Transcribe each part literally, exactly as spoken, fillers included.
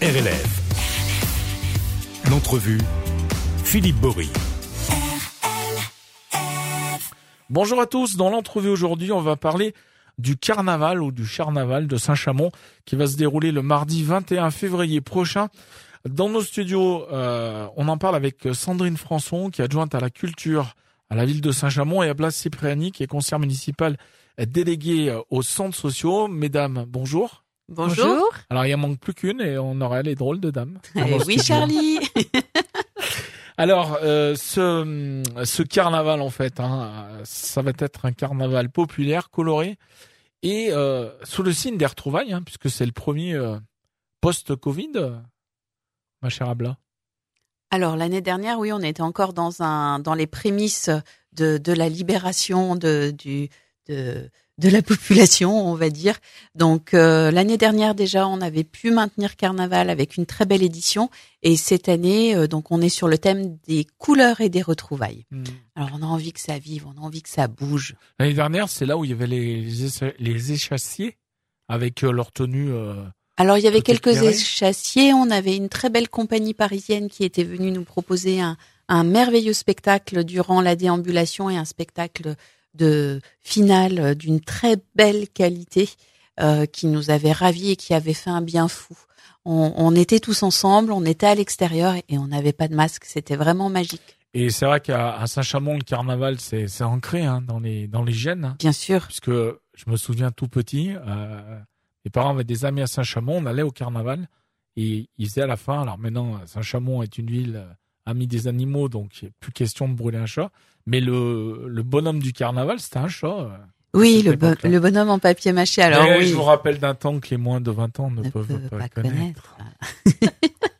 R L F. L'entrevue, Philippe Bory. Bonjour à tous, dans l'entrevue aujourd'hui, on va parler du carnaval ou du charnaval de Saint-Chamond qui va se dérouler le mardi vingt et un février prochain. Dans nos studios, euh, on en parle avec Sandrine Françon, qui est adjointe à la culture à la ville de Saint-Chamond, et à Blas Cipriani, qui est conseillère municipale déléguée aux centres sociaux. Mesdames, bonjour. Bonjour. Alors, il en manque plus qu'une et on aurait les drôles de dames. Eh oui, Charlie. Alors, euh, ce, ce carnaval, en fait, hein, ça va être un carnaval populaire, coloré, et euh, sous le signe des retrouvailles, hein, puisque c'est le premier euh, post-Covid, ma chère Abla. Alors, l'année dernière, oui, on était encore dans un dans les prémices de, de la libération de, du, de, de la population, on va dire. Donc, euh, l'année dernière, déjà, on avait pu maintenir Carnaval avec une très belle édition. Et cette année, euh, donc, on est sur le thème des couleurs et des retrouvailles. Mmh. Alors, on a envie que ça vive, on a envie que ça bouge. L'année dernière, c'est là où il y avait les, les échassiers avec leur tenue... Euh, Alors, il y avait quelques éclairé. échassiers. On avait une très belle compagnie parisienne qui était venue nous proposer un, un merveilleux spectacle durant la déambulation et un spectacle de finale d'une très belle qualité euh, qui nous avait ravis et qui avait fait un bien fou. On, on était tous ensemble, on était à l'extérieur et on n'avait pas de masque. C'était vraiment magique. Et c'est vrai qu'à à Saint-Chamond, le carnaval, c'est, c'est ancré hein, dans les dans les gènes. Hein, bien sûr. Puisque je me souviens tout petit, euh, mes parents avaient des amis à Saint-Chamond, on allait au carnaval et ils faisaient à la fin. Alors maintenant, Saint-Chamond est une ville euh, amie des animaux, donc il n'y a plus question de brûler un chat. Mais le, le bonhomme du carnaval, c'était un chat. Euh, oui, le, bo- le bonhomme en papier mâché. Alors mais oui. Je vous rappelle d'un temps que les moins de vingt ans ne, ne peuvent, peuvent pas, pas connaître. connaître.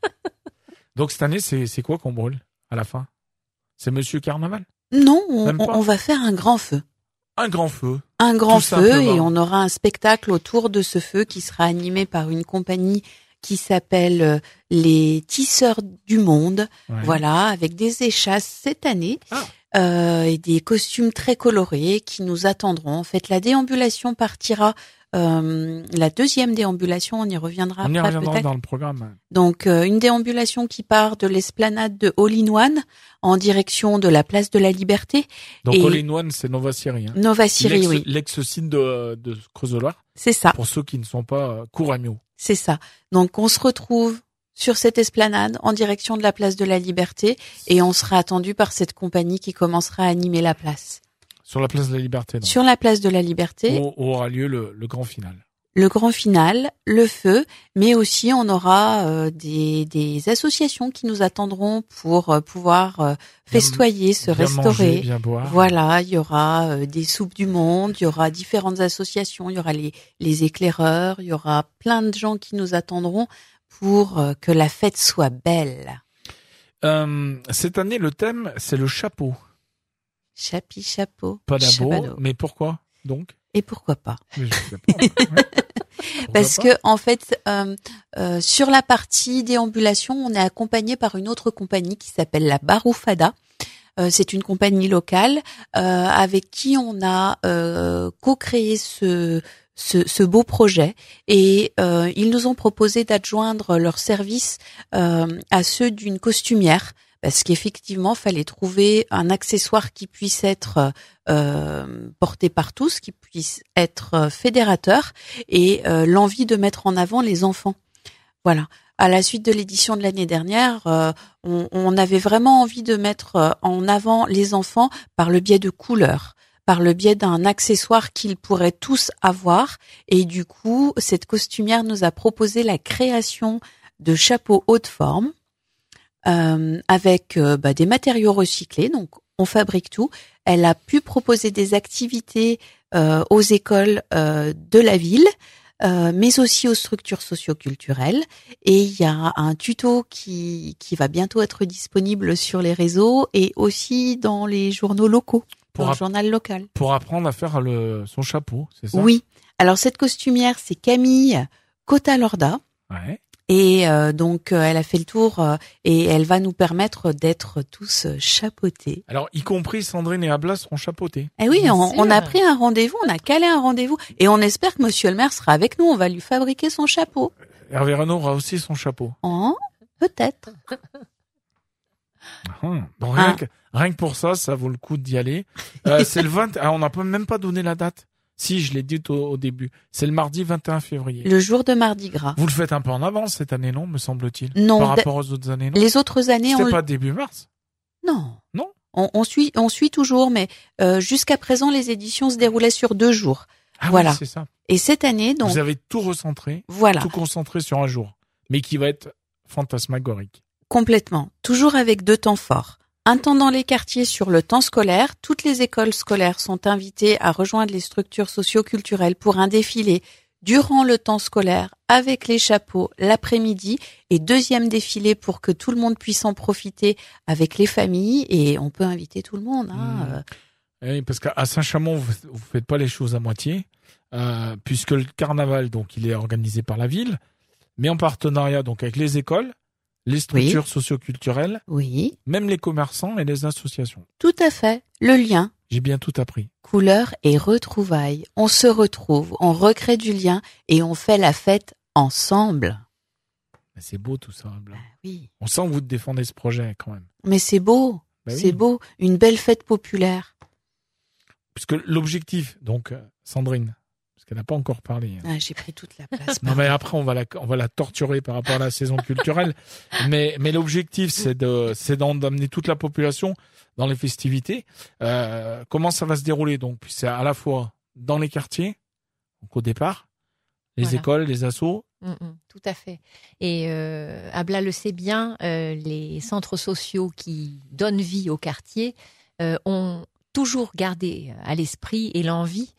Donc cette année, c'est, c'est quoi qu'on brûle à la fin? C'est Monsieur Carnaval? Non, on, on va faire un grand feu. Un grand feu. Un grand feu et on aura un spectacle autour de ce feu qui sera animé par une compagnie qui s'appelle les Tisseurs du Monde. Ouais. Voilà, avec des échasses cette année. Ah. Euh, et des costumes très colorés qui nous attendront. En fait, la déambulation partira, euh, la deuxième déambulation, on y reviendra on y après reviendra peut-être. Dans le programme. Donc, euh, une déambulation qui part de l'esplanade de All-in-One en direction de la place de la Liberté. Donc, et All-in-One, c'est Nova Syrie. Hein. Nova Syrie, l'ex, oui. L'ex-site de, de Creusot-Loire. C'est ça. Pour ceux qui ne sont pas euh, Couramio. C'est ça. Donc, on se retrouve sur cette esplanade en direction de la place de la Liberté et on sera attendu par cette compagnie qui commencera à animer la place. Sur la place de la Liberté, donc. Sur la place de la Liberté. Où, où aura lieu le, le grand final. Le grand final, le feu, mais aussi on aura euh, des, des associations qui nous attendront pour euh, pouvoir euh, festoyer, bien, se bien restaurer. Manger, bien boire. Voilà, il y aura euh, des soupes du monde, il y aura différentes associations, il y aura les, les éclaireurs, il y aura plein de gens qui nous attendront pour euh, que la fête soit belle. Euh, cette année, le thème, c'est le chapeau. Chapi, chapeau. Pas d'abo, mais pourquoi donc? Et pourquoi pas, mais je sais pas. Ouais. Pourquoi Parce pas que en fait, euh, euh, sur la partie déambulation, on est accompagné par une autre compagnie qui s'appelle la Baroufada. Euh, c'est une compagnie locale euh, avec qui on a euh, co-créé ce Ce, ce beau projet et euh, ils nous ont proposé d'adjoindre leurs services euh, à ceux d'une costumière parce qu'effectivement, fallait trouver un accessoire qui puisse être euh, porté par tous, qui puisse être fédérateur et euh, l'envie de mettre en avant les enfants. Voilà. À la suite de l'édition de l'année dernière, euh, on, on avait vraiment envie de mettre en avant les enfants par le biais de couleurs, par le biais d'un accessoire qu'ils pourraient tous avoir. Et du coup, cette costumière nous a proposé la création de chapeaux haute forme euh, avec euh, bah, des matériaux recyclés. Donc, on fabrique tout. Elle a pu proposer des activités euh, aux écoles euh, de la ville, euh, mais aussi aux structures socioculturelles. Et il y a un tuto qui, qui va bientôt être disponible sur les réseaux et aussi dans les journaux locaux. Pour un journal local. Pour apprendre à faire le, son chapeau, c'est ça? Oui. Alors, cette costumière, c'est Camille Cotalorda. Ouais. Et euh, donc, euh, elle a fait le tour euh, et elle va nous permettre d'être tous euh, chapeautés. Alors, y compris Sandrine et Abla seront chapeautés. Eh oui, on, on a pris un rendez-vous, on a calé un rendez-vous et on espère que Monsieur le maire sera avec nous. On va lui fabriquer son chapeau. Hervé Reynaud aura aussi son chapeau. Oh, peut-être. Hum. Bon, rien, Ah. que, rien que pour ça, ça vaut le coup d'y aller. Euh, c'est le vingt. Ah, on n'a pas- même pas donné la date. Si, je l'ai dit au, au début. C'est le mardi vingt et un février. Le jour de Mardi Gras. Vous le faites un peu en avance cette année, non, me semble-t-il? Non, Par d- rapport aux autres années, non? Les autres années, C'était on pas début mars? non. Non. On, on suit, on suit toujours, mais euh, jusqu'à présent, les éditions se déroulaient sur deux jours. Ah Voilà. oui, c'est ça. Et cette année, donc, Vous avez tout recentré, voilà, tout concentré sur un jour, mais qui va être fantasmagorique. complètement. Toujours avec deux temps forts. Un temps dans les quartiers sur le temps scolaire. Toutes les écoles scolaires sont invitées à rejoindre les structures socio-culturelles pour un défilé durant le temps scolaire avec les chapeaux l'après-midi, et deuxième défilé pour que tout le monde puisse en profiter avec les familles, et on peut inviter tout le monde. Hein. Mmh. Oui, parce qu'à Saint-Chamond, vous, vous faites pas les choses à moitié, euh, puisque le carnaval, donc, il est organisé par la ville, mais en partenariat donc avec les écoles, les structures socio-culturelles, Oui, même les commerçants et les associations. tout à fait. Le lien, J'ai bien tout appris. couleur et retrouvailles. On se retrouve, on recrée du lien et on fait la fête ensemble. Mais c'est beau tout ça, Blanc. Oui. On sent que vous défendez ce projet quand même. Mais c'est beau, Bah oui. c'est beau. Une belle fête populaire. Puisque l'objectif, donc, euh, Sandrine, parce qu'elle n'a pas encore parlé. hein. Ah, j'ai pris toute la place. Non mais après on va la on va la torturer par rapport à la saison culturelle. Mais mais l'objectif c'est de c'est d'en- d'amener toute la population dans les festivités. Euh, comment ça va se dérouler donc? Puis c'est à la fois dans les quartiers, donc au départ, les Voilà. écoles, les assos. Mm, mm, tout à fait. Et euh, Abla le sait bien, euh, les centres sociaux qui donnent vie au quartier euh, ont toujours gardé à l'esprit et l'envie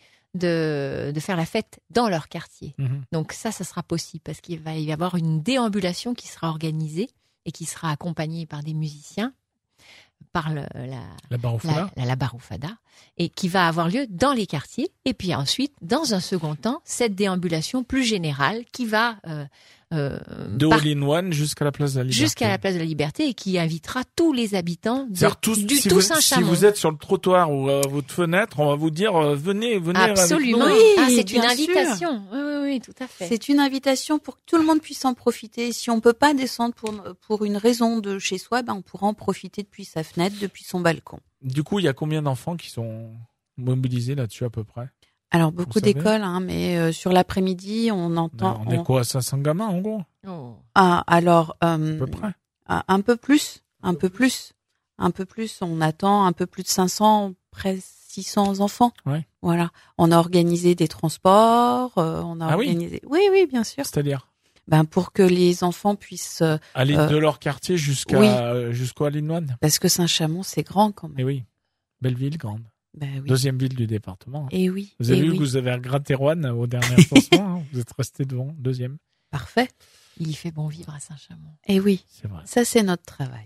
de, de faire la fête dans leur quartier. Mhm. Donc ça, ça sera possible parce qu'il va y avoir une déambulation qui sera organisée et qui sera accompagnée par des musiciens, par le, la, La Baroufala. la, la, la Baroufada, et qui va avoir lieu dans les quartiers. Et puis ensuite, dans un second temps, cette déambulation plus générale qui va euh, euh, De par- All in One jusqu'à la place de la Liberté. jusqu'à la place de la Liberté et qui invitera tous les habitants de, C'est-à-dire tous, du si, tout vous, si Saint-Chamond. vous êtes sur le trottoir ou à votre fenêtre, on va vous dire euh, venez, venez Absolument. avec nous. Oui, ah, c'est une bien invitation. Oui, oui, oui, tout à fait. C'est une invitation pour que tout le monde puisse en profiter. Si on peut pas descendre pour, pour une raison de chez soi, ben on pourra en profiter depuis sa fenêtre, depuis son balcon. Du coup, il y a combien d'enfants qui sont mobilisés là-dessus à peu près? Alors beaucoup savez d'écoles, hein, mais euh, sur l'après-midi, on entend. On est quoi à cinq cents gamins en gros? Oh. Ah, alors euh, À peu près. ah, un peu plus, un peu plus, un peu plus. On attend un peu plus de cinq cents, presque six cents enfants. Ouais. Voilà. On a organisé des transports. euh, on a Ah oui organisé. Oui, oui, bien sûr. C'est-à-dire Ben pour que les enfants puissent, euh, aller Euh, de leur quartier jusqu'à oui. euh, jusqu'au All in One. parce que Saint-Chamond c'est grand quand même. Eh oui, belle ville, grande. Ben oui. Deuxième ville du département. Et oui. Vous avez et vu oui. que vous avez regratté Roanne au dernier recensement, hein. Vous êtes resté devant, deuxième. Parfait. Il y fait bon vivre à Saint-Chamond. Et oui. C'est vrai. Ça c'est notre travail.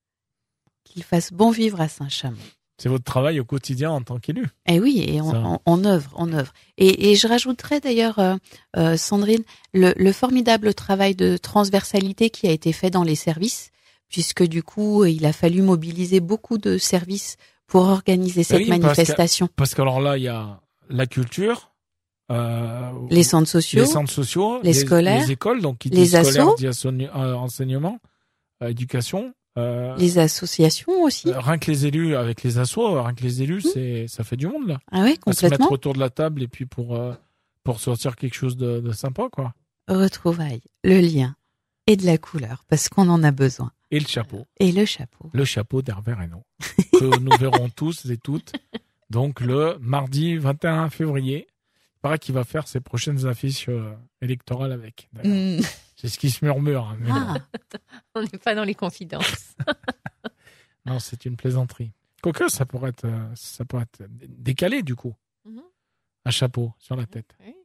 Qu'il fasse bon vivre à Saint-Chamond. C'est votre travail au quotidien en tant qu'élu. Et oui, et on, Ça. on, on œuvre, on œuvre. Et, et je rajouterais d'ailleurs, euh, euh, Sandrine, le, le formidable travail de transversalité qui a été fait dans les services, puisque du coup, il a fallu mobiliser beaucoup de services pour organiser cette Oui, parce que- manifestation. Parce que alors là, il y a la culture, euh, Les centres sociaux, les centres sociaux, les scolaires, les écoles, donc qui les dit scolaire, assos, dit assoni- euh, enseignement, euh, éducation. Euh, les associations aussi. euh, rien que les élus, avec les assos, rien que les élus, Mmh. c'est ça fait du monde là. Ah oui, À se mettre complètement. autour de la table et puis pour euh, pour sortir quelque chose de, de sympa quoi. Retrouvailles, le lien et de la couleur, parce qu'on en a besoin. Et le chapeau, Et le chapeau. le chapeau d'Hervé Reynaud que nous verrons tous et toutes. Donc le mardi vingt et un février, il paraît qu'il va faire ses prochaines affiches euh, électorales avec. d'ailleurs. Mm. C'est ce qui se murmure. hein, mais Ah, On n'est pas dans les confidences. non, c'est une plaisanterie. Quoique ça pourrait être euh, ça pourrait être décalé du coup. Mhm. Un chapeau sur la tête. Oui.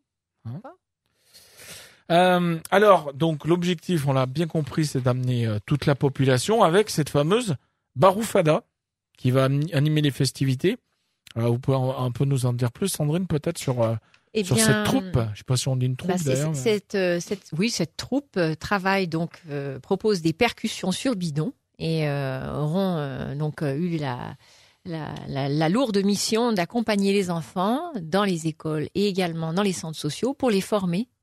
Euh, alors, donc, l'objectif, on l'a bien compris, c'est d'amener euh, toute la population avec cette fameuse Baroufada qui va am- animer les festivités. Euh, vous pouvez un, un peu nous en dire plus, Sandrine, peut-être sur, euh, Eh sur bien, cette troupe. Je sais pas si on dit une troupe Bah, c'est- d'ailleurs. mais- cette, euh, cette, oui, cette troupe euh, travaille donc euh, propose des percussions sur bidon et euh, auront euh, donc euh, eu la, la, la, la lourde mission d'accompagner les enfants dans les écoles et également dans les centres sociaux pour les former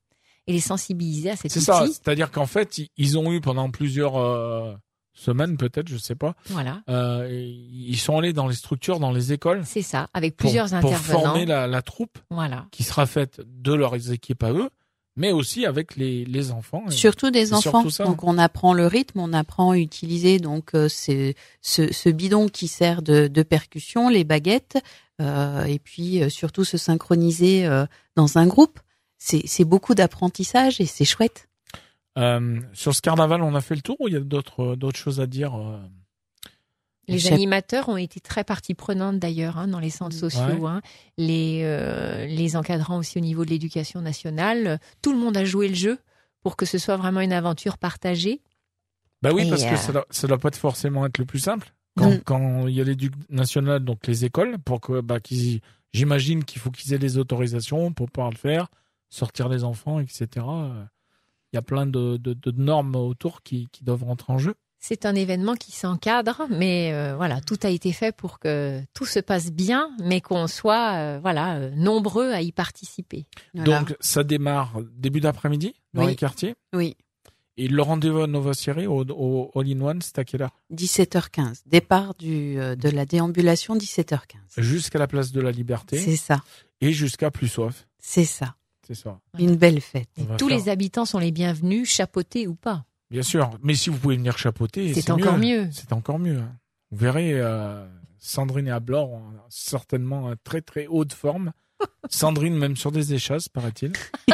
et les sensibiliser à cet C'est outil. ça, c'est-à-dire qu'en fait, ils ont eu pendant plusieurs euh, semaines, peut-être, je sais pas, Voilà. euh, ils sont allés dans les structures, dans les écoles, C'est ça, avec pour, plusieurs pour intervenants. former la, la troupe Voilà. qui sera faite de leurs équipes à eux, mais aussi avec les, les enfants. Et Surtout des c'est enfants. surtout ça. Donc on apprend le rythme, on apprend à utiliser donc euh, ce, ce, ce bidon qui sert de, de percussion, les baguettes, euh, et puis euh, surtout se synchroniser euh, dans un groupe. C'est, c'est beaucoup d'apprentissage et c'est chouette. Euh, sur ce carnaval, on a fait le tour ou il y a d'autres d'autres choses à dire euh Les Chef- animateurs ont été très partie prenante d'ailleurs hein, dans les centres sociaux. Ouais. Hein. Les, euh, les encadrants aussi au niveau de l'éducation nationale. Tout le monde a joué le jeu pour que ce soit vraiment une aventure partagée. Bah oui, Et parce euh, que ça doit, ça doit pas forcément être le plus simple. Quand, Mm. quand il y a l'éduc national, donc les écoles, pour que, bah, qu'ils, j'imagine qu'il faut qu'ils aient les autorisations pour pouvoir le faire, sortir les enfants, et cetera. Euh, Il y a plein de, de, de normes autour qui, qui doivent rentrer en jeu. C'est un événement qui s'encadre, mais euh, voilà, tout a été fait pour que tout se passe bien, mais qu'on soit euh, voilà euh, nombreux à y participer. Voilà. Donc, ça démarre début d'après-midi dans Oui. les quartiers. Oui, Et le rendez-vous à Novossiri au, au All-in-One, c'est à quelle heure? dix-sept heures quinze. Départ du euh, de la déambulation, dix-sept heures quinze. Jusqu'à la place de la Liberté C'est ça, et jusqu'à Plus Soif. c'est ça. C'est ça. Une belle fête. On va Tous faire- les habitants sont les bienvenus, chapeautés ou pas. Bien sûr, mais si vous pouvez venir chapeauter, C'est encore mieux. C'est encore mieux. hein. Vous verrez, euh, Sandrine et Ablor ont certainement un très très haut de forme. Sandrine même sur des échasses, paraît-il.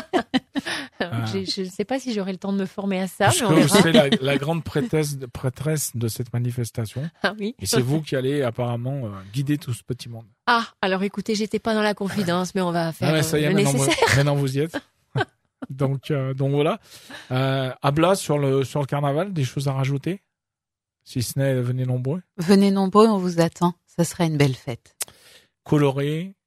Ah. Je je ne sais pas si j'aurai le temps de me former à ça, Parce mais que on vous verra. serez la, la grande prêtresse, prêtresse de cette manifestation. Ah oui. Et c'est vous qui allez apparemment euh, guider tout ce petit monde. Ah, alors écoutez, j'étais pas dans la confidence, mais on va faire Ah ouais, ça y est, euh, le maintenant nécessaire. vous, maintenant vous y êtes. donc, euh, donc voilà. Euh, Abla, sur le, sur le carnaval, des choses à rajouter? Si ce n'est, venez nombreux. Venez nombreux, on vous attend. Ça sera une belle fête. Coloré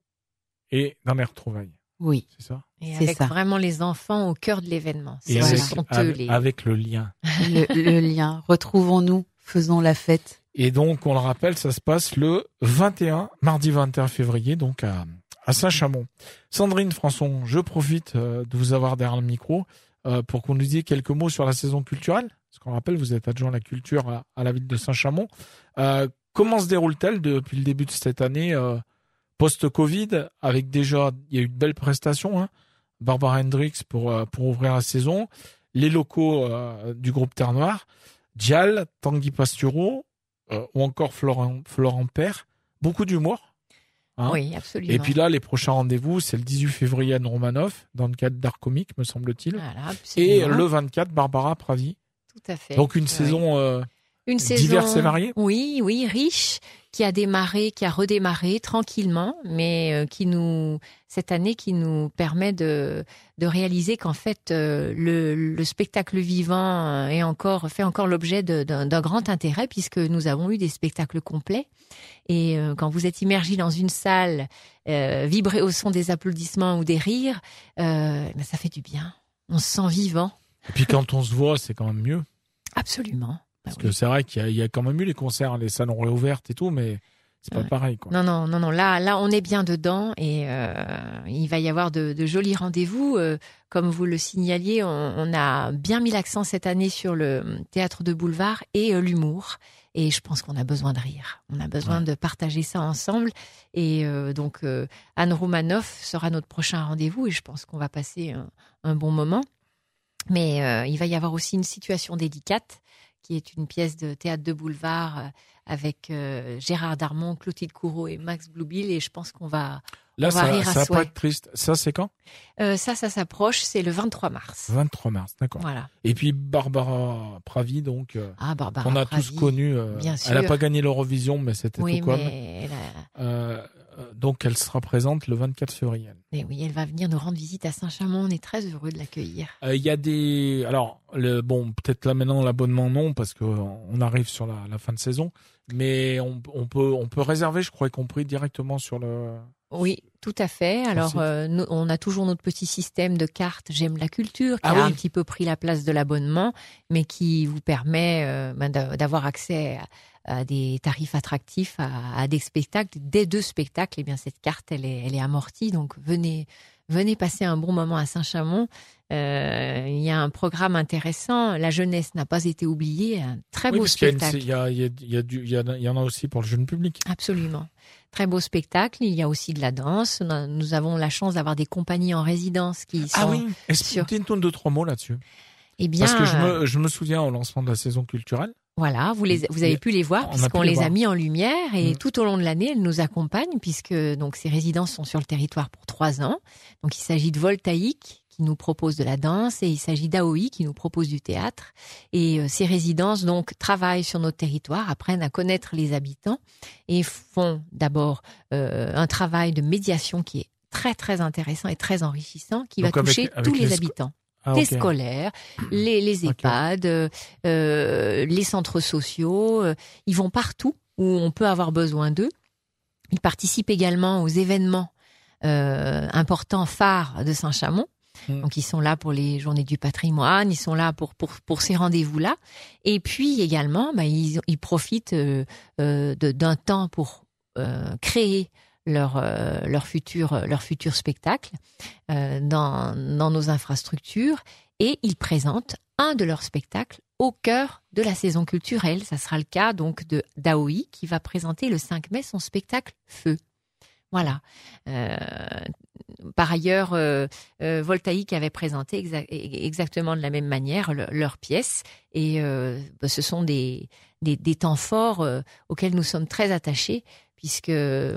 et dans les retrouvailles. Oui. C'est ça? Et C'est avec ça. vraiment les enfants au cœur de l'événement. Et Ce avec, sont eux avec, les... avec le lien. Le, le lien. Retrouvons-nous, faisons la fête. Et donc, on le rappelle, ça se passe le vingt et un, mardi vingt et un février, donc à, à Saint-Chamond. Sandrine Françon, je profite euh, de vous avoir derrière le micro euh, pour qu'on nous dise quelques mots sur la saison culturelle. Parce qu'on rappelle, vous êtes adjoint à la culture à, à la ville de Saint-Chamond. Euh, comment se déroule-t-elle depuis le début de cette année euh, post-Covid, avec déjà, il y a eu de belles prestations, hein, Barbara Hendricks pour, euh, pour ouvrir la saison, les locaux euh, du groupe Terre Noire, Dial, Tanguy Pastureau, euh, ou encore Florent, Florent Père, beaucoup d'humour. Hein. Oui, absolument. Et puis là, les prochains rendez-vous, c'est le dix-huit février à Romanov, dans le cadre d'Art Comique, me semble-t-il. Voilà, Et absolument. le vingt-quatre, Barbara Pravi. Tout à fait. Donc une Oui. saison euh, Une diverse saison, et variée. Oui, oui, riche, qui a démarré, qui a redémarré tranquillement, mais euh, qui nous, cette année, qui nous permet de de réaliser qu'en fait euh, le, le spectacle vivant est encore fait encore l'objet de- d'un d'un grand intérêt puisque nous avons eu des spectacles complets. Et euh, quand vous êtes immergé dans une salle, euh, vibrer au son des applaudissements ou des rires, euh, ben, ça fait du bien. On se sent vivant. Et puis quand on se voit, c'est quand même mieux. Absolument. Parce Ben que oui. c'est vrai qu'il y a, il y a quand même eu les concerts, les salons réouvertes et tout, mais c'est pas Ouais. pareil, quoi. Non, non, non, non. Là, là, on est bien dedans et euh, il va y avoir de, de jolis rendez-vous. Euh, comme vous le signaliez, on, on a bien mis l'accent cette année sur le théâtre de boulevard et euh, l'humour. Et je pense qu'on a besoin de rire. On a besoin Ouais. de partager ça ensemble. Et euh, donc, euh, Anne Roumanoff sera notre prochain rendez-vous et je pense qu'on va passer un, un bon moment. Mais euh, il va y avoir aussi une situation délicate qui est une pièce de théâtre de boulevard euh, avec euh, Gérard Darmon, Clotilde Courreau et Max Bloubil. Et je pense qu'on va... Là, on va ça, rire à ça va souhait. pas être triste. Ça, c'est quand? Euh, ça, ça s'approche. C'est le vingt-trois mars. vingt-trois mars, d'accord. Voilà. Et puis Barbara Pravi, donc, euh, Ah, Barbara qu'on a Pravi. tous connu. euh, bien elle a sûr. pas gagné l'Eurovision, mais c'était Oui, tout comme. mais elle a- Euh, euh, donc, elle sera présente le vingt-quatre février. mais oui, elle va venir nous rendre visite à Saint-Chamond. On est très heureux de l'accueillir. Euh, Il y a des, alors, le, bon, peut-être là maintenant l'abonnement non parce que on arrive sur la, la fin de saison, mais on, on peut, on peut réserver, je crois, y compris directement sur le. Oui, tout à fait. Alors, site. euh, nous- on a toujours notre petit système de cartes J'aime la culture qui Ah a oui. un petit peu pris la place de l'abonnement, mais qui vous permet euh, ben, d'a- d'avoir accès à, à des tarifs attractifs, à, à des spectacles. Dès deux spectacles, eh bien cette carte, elle est, elle est amortie. Donc, venez, venez passer un bon moment à Saint-Chamond. Euh, il y a un programme intéressant. La jeunesse n'a pas été oubliée. Un très oui, beau spectacle. Il y, a, il, y a, il, y a du, il, y a, il y en a aussi pour le jeune public. Absolument. Très beau spectacle. Il y a aussi de la danse. Nous avons la chance d'avoir des compagnies en résidence qui sont... Ah oui, expliquez une tonne de trois mots là-dessus. Eh bien, Parce que je me, je me souviens au lancement de la saison culturelle. Voilà, vous, les, vous avez pu les voir puisqu'on les, les a mis en lumière et mmh. tout au long de l'année, elles nous accompagnent puisque donc ces résidences sont sur le territoire pour trois ans. Donc il s'agit de Voltaïque qui nous propose de la danse et il s'agit d'A O I qui nous propose du théâtre. Et euh, ces résidences donc travaillent sur notre territoire, apprennent à connaître les habitants et font d'abord euh, un travail de médiation qui est très très intéressant et très enrichissant qui donc va toucher avec, avec tous les, les habitants. Ah, les okay. scolaires, les, les EHPAD, okay. euh, les centres sociaux, euh, ils vont partout où on peut avoir besoin d'eux. Ils participent également aux événements euh, importants phares de Saint-Chamond. Mmh. Donc ils sont là pour les journées du patrimoine, ils sont là pour pour pour ces rendez-vous-là. Et puis également, bah, ils ils profitent euh, euh, de, d'un temps pour euh, créer leur euh, leur futur leur futur spectacle euh, dans dans nos infrastructures et ils présentent un de leurs spectacles au cœur de la saison culturelle. Ça sera le cas donc de d'A O I qui va présenter le cinq mai son spectacle Feu. Voilà. Euh, par ailleurs, euh, euh, Voltaïque avait présenté exa- exactement de la même manière le, leur pièce et euh, bah, ce sont des des, des temps forts euh, auxquels nous sommes très attachés puisque euh,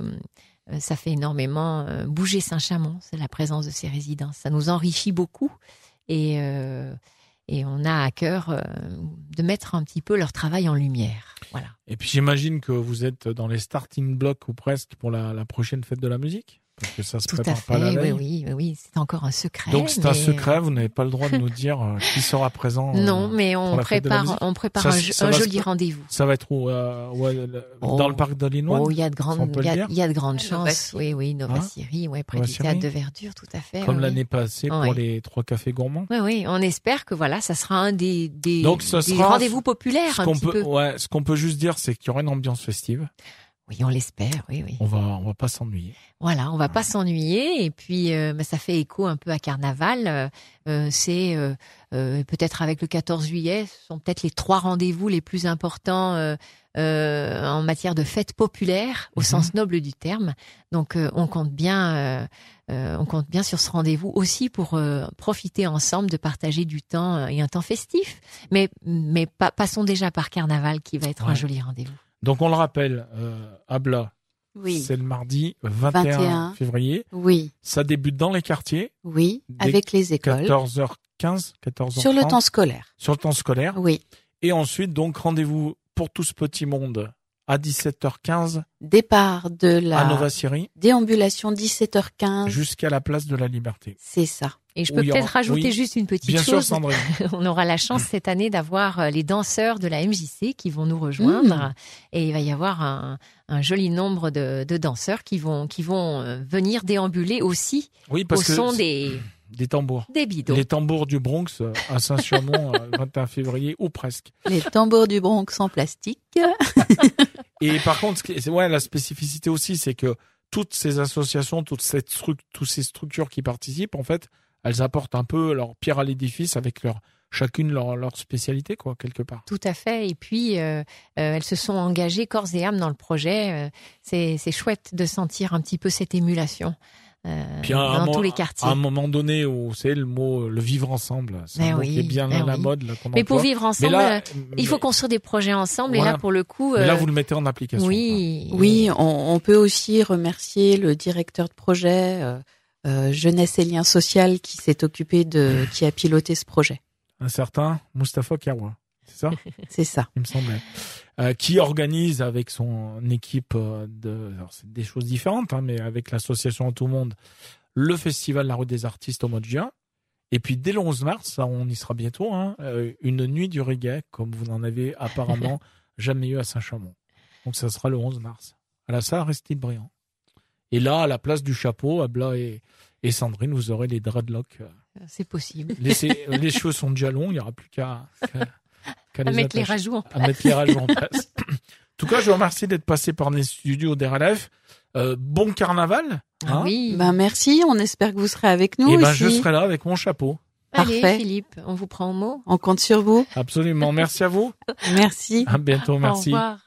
ça fait énormément euh, bouger Saint-Chamond, c'est la présence de ces résidences. Ça nous enrichit beaucoup et, euh, et on a à cœur euh, de mettre un petit peu leur travail en lumière. Voilà. Et puis j'imagine que vous êtes dans les starting blocks ou presque pour la, la prochaine fête de la musique. Parce que ça se Tout prépare à fait, pas la veille. oui, oui, oui, c'est encore un secret. Donc c'est mais... un secret, vous n'avez pas le droit de nous dire euh, qui sera présent. Euh, non, mais on prépare, on prépare ça, un, ça un joli rendez-vous. Ça va être où, euh, ouais, oh. dans le parc d'Alinois. Oh, il y a de grandes, il y, y, y a de grandes chances. Oui, oui, Nova hein Syrie, ouais, près Nova du Syrie. Théâtre de Verdure, tout à fait. Comme oui. l'année passée pour ouais. les trois cafés gourmands. Oui, oui, on espère que voilà, ça sera un des des, Donc, ça des sera, rendez-vous populaires ce un qu'on petit peut, peu. Ouais, ce qu'on peut juste dire, c'est qu'il y aura une ambiance festive. Oui, on l'espère, oui, oui. On va, on va pas s'ennuyer. Voilà, on va pas s'ennuyer. Et puis, euh, bah, ça fait écho un peu à Carnaval. Euh, c'est euh, euh, peut-être avec le quatorze juillet, ce sont peut-être les trois rendez-vous les plus importants euh, euh, en matière de fête populaire, au mmh. sens noble du terme. Donc, euh, on compte bien, euh, euh, on compte bien sur ce rendez-vous aussi pour euh, profiter ensemble de partager du temps et un temps festif. Mais, mais pa- passons déjà par Carnaval, qui va être ouais. un joli rendez-vous. Donc on le rappelle, euh, Abla, oui. c'est le mardi vingt et un, vingt et un février. Oui. Ça débute dans les quartiers. Oui, avec les écoles. quatorze heures quinze, quatorze heures trente. Sur le temps scolaire. Sur le temps scolaire. Oui. Et ensuite, donc, rendez-vous pour tout ce petit monde à dix-sept heures quinze. Départ de la à Nova Syrie. Déambulation dix-sept heures quinze. Jusqu'à la place de la Liberté. C'est ça. Et je peux peut-être aura... rajouter oui. juste une petite Bien chose. Bien sûr, Sandrine. On aura la chance cette année d'avoir les danseurs de la M J C qui vont nous rejoindre. Mmh. Et il va y avoir un, un joli nombre de, de danseurs qui vont, qui vont venir déambuler aussi oui, parce au que son des... Des tambours. Des bidons. Les tambours du Bronx à Saint-Chamond, le vingt et un février, ou presque. Les tambours du Bronx en plastique. Et par contre, c'est, ouais, la spécificité aussi, c'est que toutes ces associations, toutes, cette stru- toutes ces structures qui participent, en fait, elles apportent un peu leur pierre à l'édifice avec leur, chacune leur, leur spécialité, quoi, quelque part. Tout à fait. Et puis, euh, euh, elles se sont engagées corps et âme dans le projet. Euh, c'est, c'est chouette de sentir un petit peu cette émulation. Euh, Puis dans tous mo- les quartiers. À un moment donné où c'est le mot le vivre ensemble, c'est ben un mot oui, qui est bien ben à la oui. mode. Là, qu'on mais emploie. pour vivre ensemble, là, il faut construire des projets ensemble. Voilà. Et là, pour le coup, mais là, vous le mettez en application. Oui, quoi. oui. On, on peut aussi remercier le directeur de projet euh, euh, Jeunesse et Liens Social qui s'est occupé de, qui a piloté ce projet. Un certain Moustapha Kawa. C'est ça? C'est ça. Il me semblait. Euh, qui organise avec son équipe euh, de, alors c'est des choses différentes, hein, mais avec l'association Tout le Monde, le festival La Rue des Artistes au mois de juin. Et puis dès le onze mars, ça, on y sera bientôt, hein, euh, une nuit du reggae, comme vous n'en avez apparemment jamais eu à Saint-Chamond. Donc ça sera le onze mars, à la salle Aristide Briand. Et là, à la place du chapeau, Abla et, et Sandrine, vous aurez les dreadlocks. Euh, c'est possible. Les, les cheveux sont déjà longs, il n'y aura plus qu'à... qu'à À, les mettre les rajouts en place. à mettre les rajouts en place. En tout cas, je vous remercie d'être passé par les studios d'R L F. euh, bon carnaval. Ah Hein oui. Ben merci, on espère que vous serez avec nous Et ben aussi. je serai là avec mon chapeau. Allez, Parfait. Philippe, on vous prend au mot. On compte sur vous. Absolument. Merci à vous. Merci. À bientôt. Merci. Au revoir.